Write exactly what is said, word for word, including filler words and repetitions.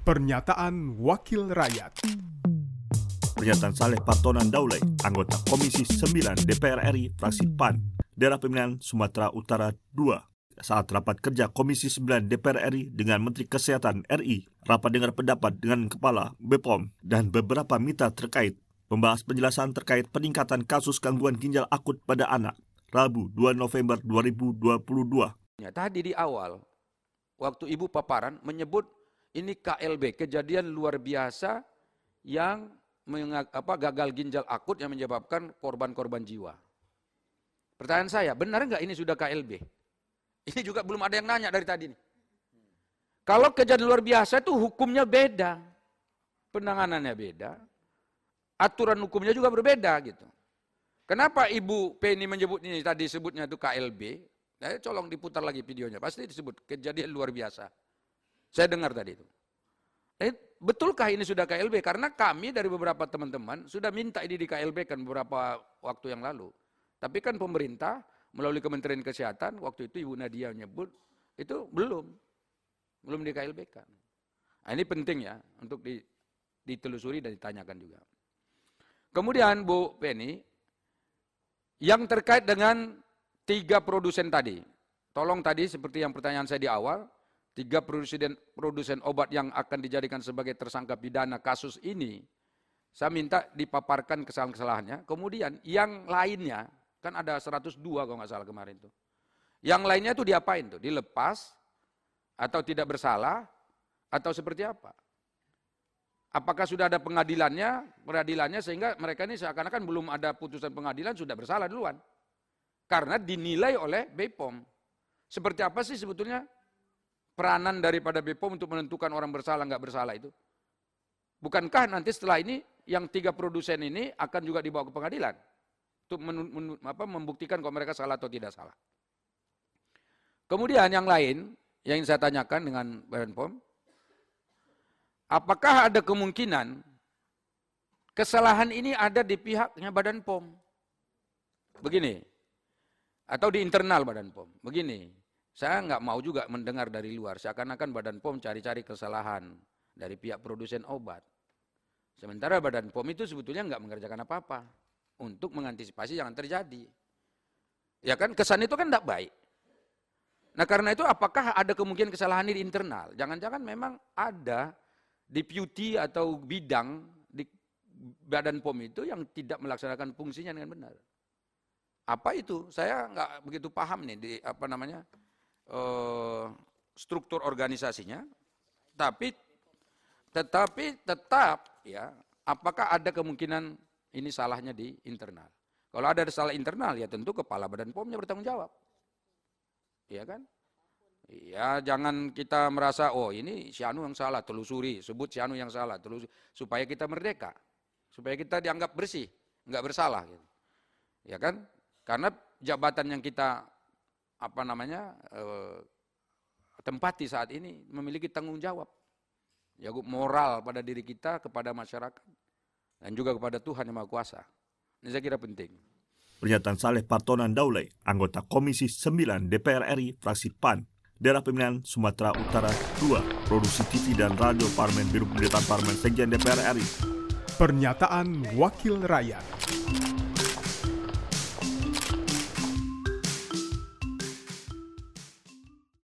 Pernyataan Wakil Rakyat. Pernyataan Saleh Partonan Daulay, anggota Komisi sembilan D P R R I, fraksi P A N, Daerah Pemilihan Sumatera Utara dua, saat rapat kerja Komisi sembilan D P R R I dengan Menteri Kesehatan R I, rapat dengar pendapat dengan Kepala B P O M dan beberapa mitra terkait, membahas penjelasan terkait peningkatan kasus gangguan ginjal akut pada anak, Rabu dua November dua ribu dua puluh dua. Ya, tadi di awal, waktu Ibu paparan menyebut ini K L B, kejadian luar biasa yang mengag- apa, gagal ginjal akut yang menyebabkan korban-korban jiwa. Pertanyaan saya, benar nggak ini sudah K L B? Ini juga belum ada yang nanya dari tadi nih. Kalau kejadian luar biasa itu hukumnya beda, penanganannya beda, aturan hukumnya juga berbeda gitu. Kenapa Ibu Penny menyebut ini tadi sebutnya itu K L B? Nah, colong diputar lagi videonya, pasti disebut kejadian luar biasa. Saya dengar tadi itu. Eh, betulkah ini sudah K L B? Karena kami dari beberapa teman-teman sudah minta ini di K L B kan beberapa waktu yang lalu. Tapi kan pemerintah melalui Kementerian Kesehatan, waktu itu Ibu Nadia menyebut, itu belum. Belum di K L B kan. Nah, ini penting ya untuk ditelusuri dan ditanyakan juga. Kemudian Bu Penny, yang terkait dengan tiga produsen tadi. Tolong tadi seperti yang pertanyaan saya di awal, tiga produsen, produsen obat yang akan dijadikan sebagai tersangka pidana kasus ini, saya minta dipaparkan kesalahan-kesalahannya. Kemudian yang lainnya, kan ada seratus dua kalau nggak salah kemarin tuh. Yang lainnya tuh diapain tuh? Dilepas atau tidak bersalah atau seperti apa? Apakah sudah ada pengadilannya, peradilannya sehingga mereka ini seakan-akan belum ada putusan pengadilan sudah bersalah duluan. Karena dinilai oleh B P O M. Seperti apa sih sebetulnya peranan daripada B P O M untuk menentukan orang bersalah nggak bersalah itu? Bukankah nanti setelah ini yang tiga produsen ini akan juga dibawa ke pengadilan untuk men, men, apa, membuktikan kalau mereka salah atau tidak salah? Kemudian yang lain yang ingin saya tanyakan dengan Badan P O M, apakah ada kemungkinan kesalahan ini ada di pihaknya Badan P O M? Begini, atau di internal Badan P O M? Begini, saya nggak mau juga mendengar dari luar, seakan-akan Badan P O M cari-cari kesalahan dari pihak produsen obat. Sementara Badan P O M itu sebetulnya nggak mengerjakan apa-apa untuk mengantisipasi jangan terjadi. Ya kan, kesan itu kan tidak baik. Nah karena itu apakah ada kemungkinan kesalahan di internal? Jangan-jangan memang ada deputy atau bidang di Badan P O M itu yang tidak melaksanakan fungsinya dengan benar. Apa itu? Saya nggak begitu paham nih di apa namanya uh, struktur organisasinya. Tapi tetapi tetap ya, apakah ada kemungkinan ini salahnya di internal? Kalau ada salah internal ya tentu kepala Badan P O M-nya bertanggung jawab. Iya kan? Ya jangan kita merasa oh ini si Anu yang salah, telusuri, sebut si Anu yang salah, telusuri supaya kita merdeka, supaya kita dianggap bersih, nggak bersalah gitu. Ya kan? Karena jabatan yang kita apa namanya eh, tempati saat ini memiliki tanggung jawab, ya moral pada diri kita, kepada masyarakat, dan juga kepada Tuhan Yang Maha Kuasa. Ini saya kira penting. Pernyataan Saleh Partonan Daulay, anggota Komisi sembilan D P R R I, fraksi P A N, Daerah Pemilihan Sumatera Utara dua, Produksi T V dan Radio Parlemen, Biro Pemberitaan Parlemen, Sekjen D P R R I. Pernyataan Wakil Rakyat.